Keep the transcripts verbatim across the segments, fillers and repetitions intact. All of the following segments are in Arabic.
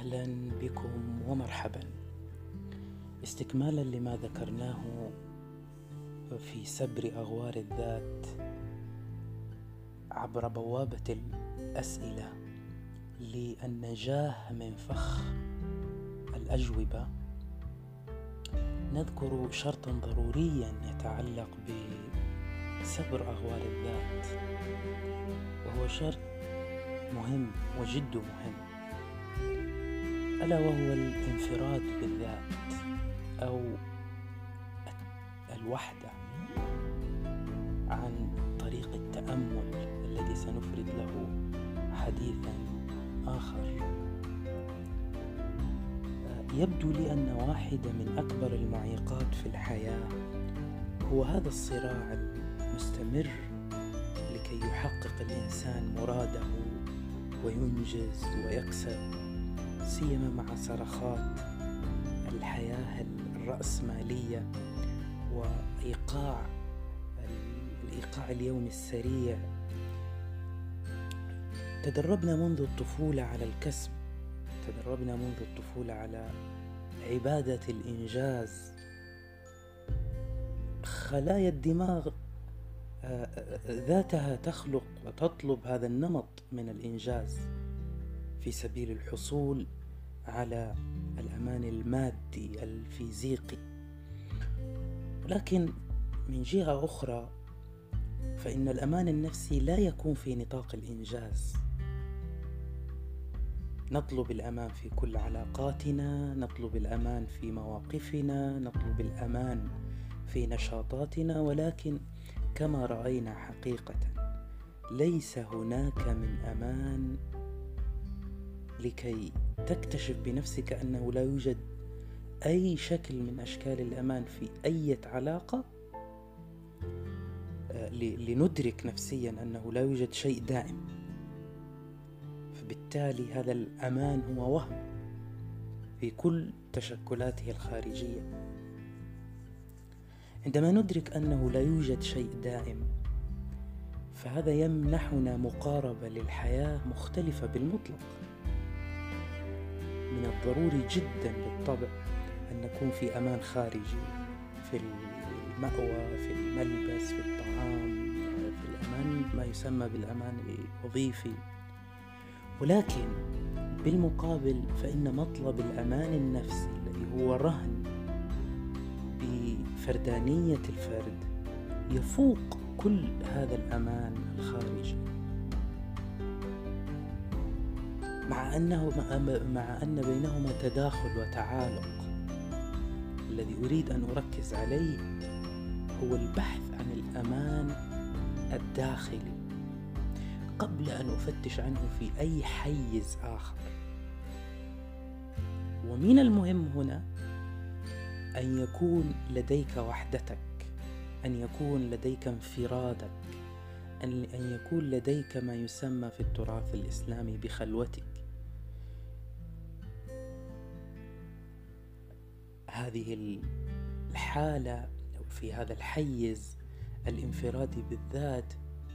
أهلا بكم ومرحبا. استكمالا لما ذكرناه في سبر أغوار الذات عبر بوابة الأسئلة للنجاة من فخ الأجوبة، نذكر شرطا ضروريا يتعلق بسبر أغوار الذات، وهو شرط مهم وجد مهم، ألا وهو الانفراد بالذات أو الوحدة عن طريق التأمل الذي سنفرد له حديثا آخر. يبدو لي أن واحدة من أكبر المعيقات في الحياة هو هذا الصراع المستمر لكي يحقق الإنسان مراده وينجز ويكسب، سيما مع صرخات الحياة الرأسمالية وإيقاع الإيقاع اليومي السريع. تدربنا منذ الطفولة على الكسب، تدربنا منذ الطفولة على عبادة الإنجاز. خلايا الدماغ ذاتها تخلق وتطلب هذا النمط من الإنجاز في سبيل الحصول على الأمان المادي الفيزيقي، ولكن من جهة أخرى فإن الأمان النفسي لا يكون في نطاق الإنجاز. نطلب الأمان في كل علاقاتنا، نطلب الأمان في مواقفنا، نطلب الأمان في نشاطاتنا، ولكن كما رأينا حقيقة ليس هناك من أمان لكي تكتشف بنفسك أنه لا يوجد أي شكل من أشكال الأمان في أي علاقة، لندرك نفسيا أنه لا يوجد شيء دائم. فبالتالي هذا الأمان هو وهم في كل تشكلاته الخارجية. عندما ندرك أنه لا يوجد شيء دائم، فهذا يمنحنا مقاربة للحياة مختلفة بالمطلق. من الضروري جدا بالطبع أن نكون في أمان خارجي، في المأوى، في الملبس، في الطعام، في الأمان ما يسمى بالأمان الوظيفي، ولكن بالمقابل فإن مطلب الأمان النفسي الذي هو رهن بفردانية الفرد يفوق كل هذا الأمان الخارجي، مع أنه مع أن بينهما تداخل وتعالق. الذي أريد أن أركز عليه هو البحث عن الأمان الداخلي قبل أن أفتش عنه في أي حيز آخر. ومن المهم هنا أن يكون لديك وحدتك، أن يكون لديك انفرادك، أن يكون لديك ما يسمى في التراث الإسلامي بخلوتك. هذه الحالة في هذا الحيز الانفرادي بالذات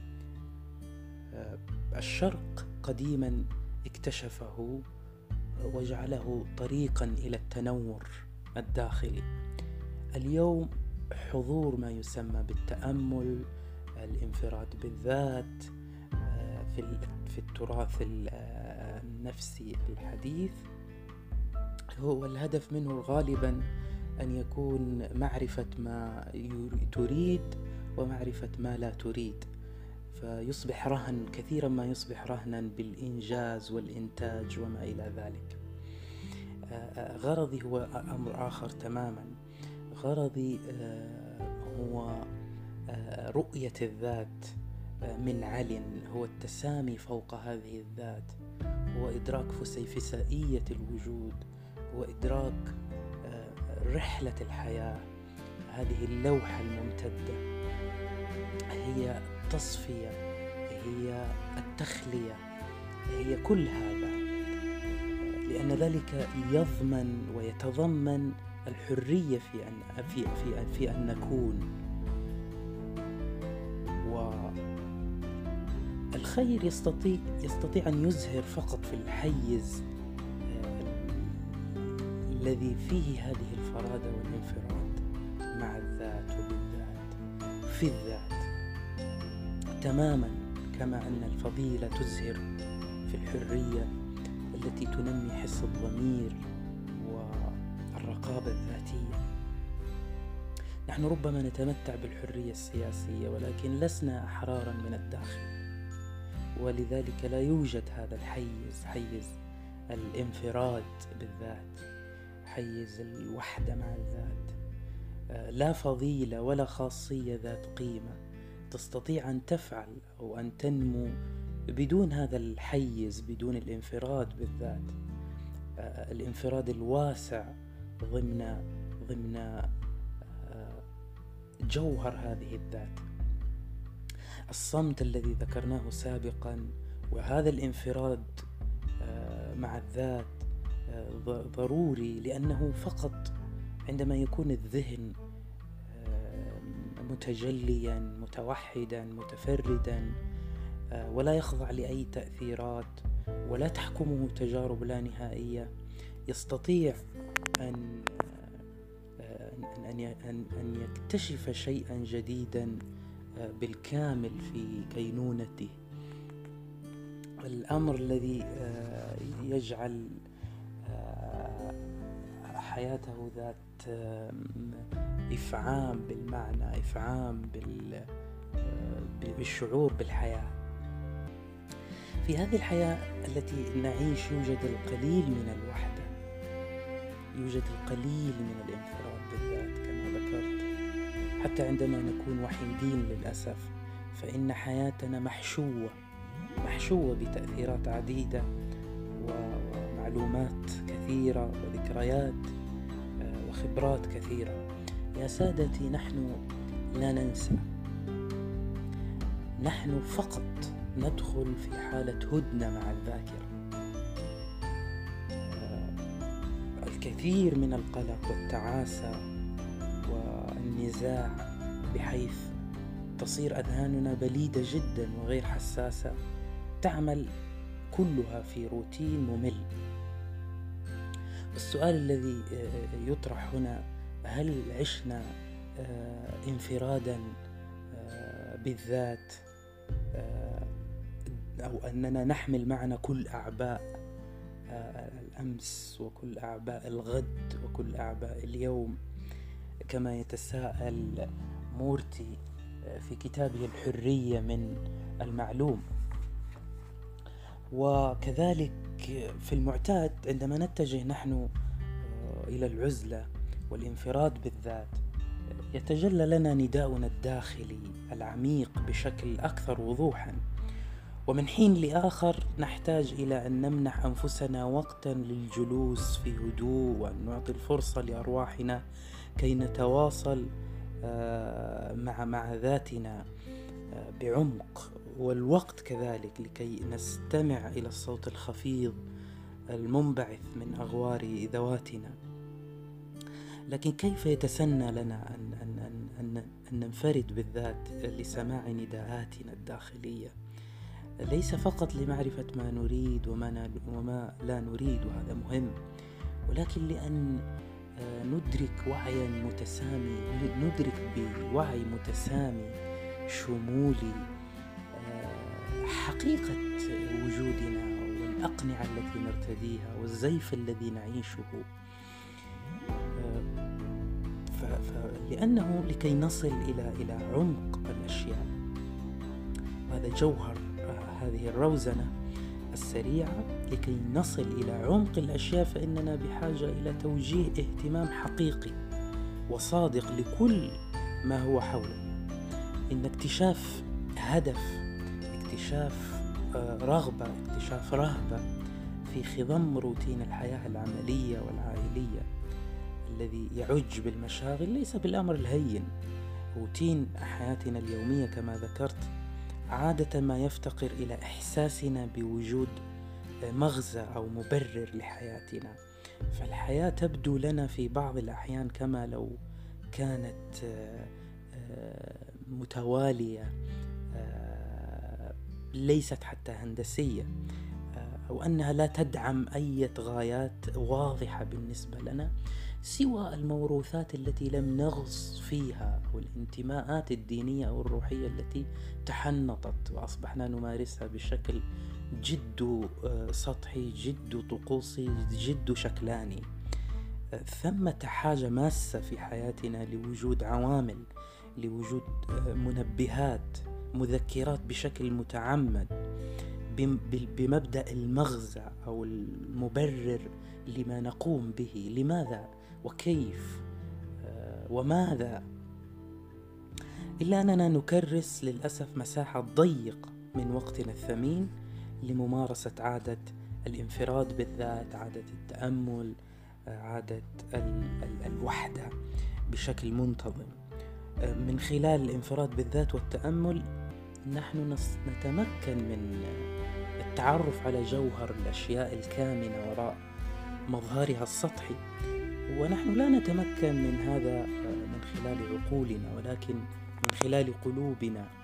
الشرق قديما اكتشفه وجعله طريقا إلى التنور الداخلي. اليوم حضور ما يسمى بالتأمل، الانفراد بالذات في التراث النفسي الحديث، هو الهدف منه غالبا أن يكون معرفة ما تريد ومعرفة ما لا تريد، فيصبح رهن كثيرا ما يصبح رهنا بالإنجاز والإنتاج وما إلى ذلك. غرضي هو أمر آخر تماما. غرضي هو رؤية الذات من علن، هو التسامي فوق هذه الذات، هو إدراك فسيفسائية الوجود، هو إدراك رحلة الحياة. هذه اللوحة الممتدة هي التصفية، هي التخلية، هي كل هذا، لأن ذلك يضمن ويتضمن الحرية في أن في في في أن نكون. والخير يستطيع يستطيع أن يزهر فقط في الحيز الذي فيه هذه الفرادة والانفراد مع الذات وبالذات في الذات تماما، كما أن الفضيلة تزهر في الحرية التي تنمي حس الضمير والرقابة الذاتية. نحن ربما نتمتع بالحرية السياسية ولكن لسنا أحرارا من الداخل، ولذلك لا يوجد هذا الحيز، حيز الانفراد بالذات، حيز الوحدة مع الذات. لا فضيلة ولا خاصية ذات قيمة تستطيع أن تفعل أو أن تنمو بدون هذا الحيز، بدون الانفراد بالذات، الانفراد الواسع ضمن ضمن جوهر هذه الذات. الصمت الذي ذكرناه سابقا وهذا الانفراد مع الذات ضروري، لأنه فقط عندما يكون الذهن متجليا متوحدا متفردا ولا يخضع لأي تأثيرات ولا تحكمه تجارب لا نهائية، يستطيع أن أن أن يكتشف شيئا جديدا بالكامل في كينونته. الأمر الذي يجعل حياته ذات إفعام بالمعنى، إفعام بالشعور بالحياة. في هذه الحياة التي نعيش يوجد القليل من الوحدة، يوجد القليل من الانفراد بالذات كما ذكرت. حتى عندما نكون وحيدين للأسف فإن حياتنا محشوة محشوة بتأثيرات عديدة ومعلومات كثيرة وذكريات وخبرات كثيرة. يا سادتي، نحن لا ننسى، نحن فقط ندخل في حالة هدنة مع الذاكرة. الكثير من القلق والتعاسة والنزاع بحيث تصير أذهاننا بليدة جدا وغير حساسة، تعمل كلها في روتين ممل. السؤال الذي يطرح هنا: هل عشنا انفرادا بالذات، أو أننا نحمل معنا كل أعباء الأمس وكل أعباء الغد وكل أعباء اليوم، كما يتساءل مورتي في كتابه الحرية من المعلوم؟ وكذلك في المعتاد عندما نتجه نحن إلى العزلة والانفراد بالذات، يتجلى لنا نداؤنا الداخلي العميق بشكل أكثر وضوحا، ومن حين لآخر نحتاج إلى أن نمنح أنفسنا وقتا للجلوس في هدوء وأن نعطي الفرصة لأرواحنا كي نتواصل مع مع ذاتنا بعمق، والوقت كذلك لكي نستمع إلى الصوت الخفيض المنبعث من أغوار ذواتنا. لكن كيف يتسنى لنا أن, أن, أن, أن, أن ننفرد بالذات لسماع نداءاتنا الداخلية، ليس فقط لمعرفة ما نريد وما, وما لا نريد، وهذا مهم، ولكن لأن ندرك وعيا متسامي، ندرك بوعي متسامي شمولي حقيقة وجودنا والأقنعة التي نرتديها والزيف الذي نعيشه. لأنه لكي نصل إلى إلى عمق الأشياء، وهذا جوهر هذه الروزنة السريعة، لكي نصل إلى عمق الأشياء فإننا بحاجة إلى توجيه اهتمام حقيقي وصادق لكل ما هو حولنا، إن اكتشاف هدف، اكتشاف رغبة، اكتشاف رهبة في خضم روتين الحياة العملية والعائلية الذي يعج بالمشاغل ليس بالأمر الهين. روتين حياتنا اليومية كما ذكرت عادة ما يفتقر إلى إحساسنا بوجود مغزى أو مبرر لحياتنا، فالحياة تبدو لنا في بعض الأحيان كما لو كانت متوالية، ليست حتى هندسية. أو أنها لا تدعم أي غايات واضحة بالنسبة لنا سوى الموروثات التي لم نغص فيها، أو الانتماءات الدينية أو الروحية التي تحنطت وأصبحنا نمارسها بشكل جد سطحي، جد طقوسي، جد شكلاني. ثمة حاجة ماسة في حياتنا لوجود عوامل، لوجود منبهات، مذكرات بشكل متعمد بمبدأ المغزى أو المبرر لما نقوم به، لماذا وكيف وماذا، إلا أننا نكرس للأسف مساحة ضيقة من وقتنا الثمين لممارسة عادة الانفراد بالذات، عادة التأمل، عادة ال ال الوحدة بشكل منتظم. من خلال الانفراد بالذات والتأمل نحن نتمكن من التعرف على جوهر الأشياء الكامنة وراء مظهرها السطحي، ونحن لا نتمكن من هذا من خلال عقولنا، ولكن من خلال قلوبنا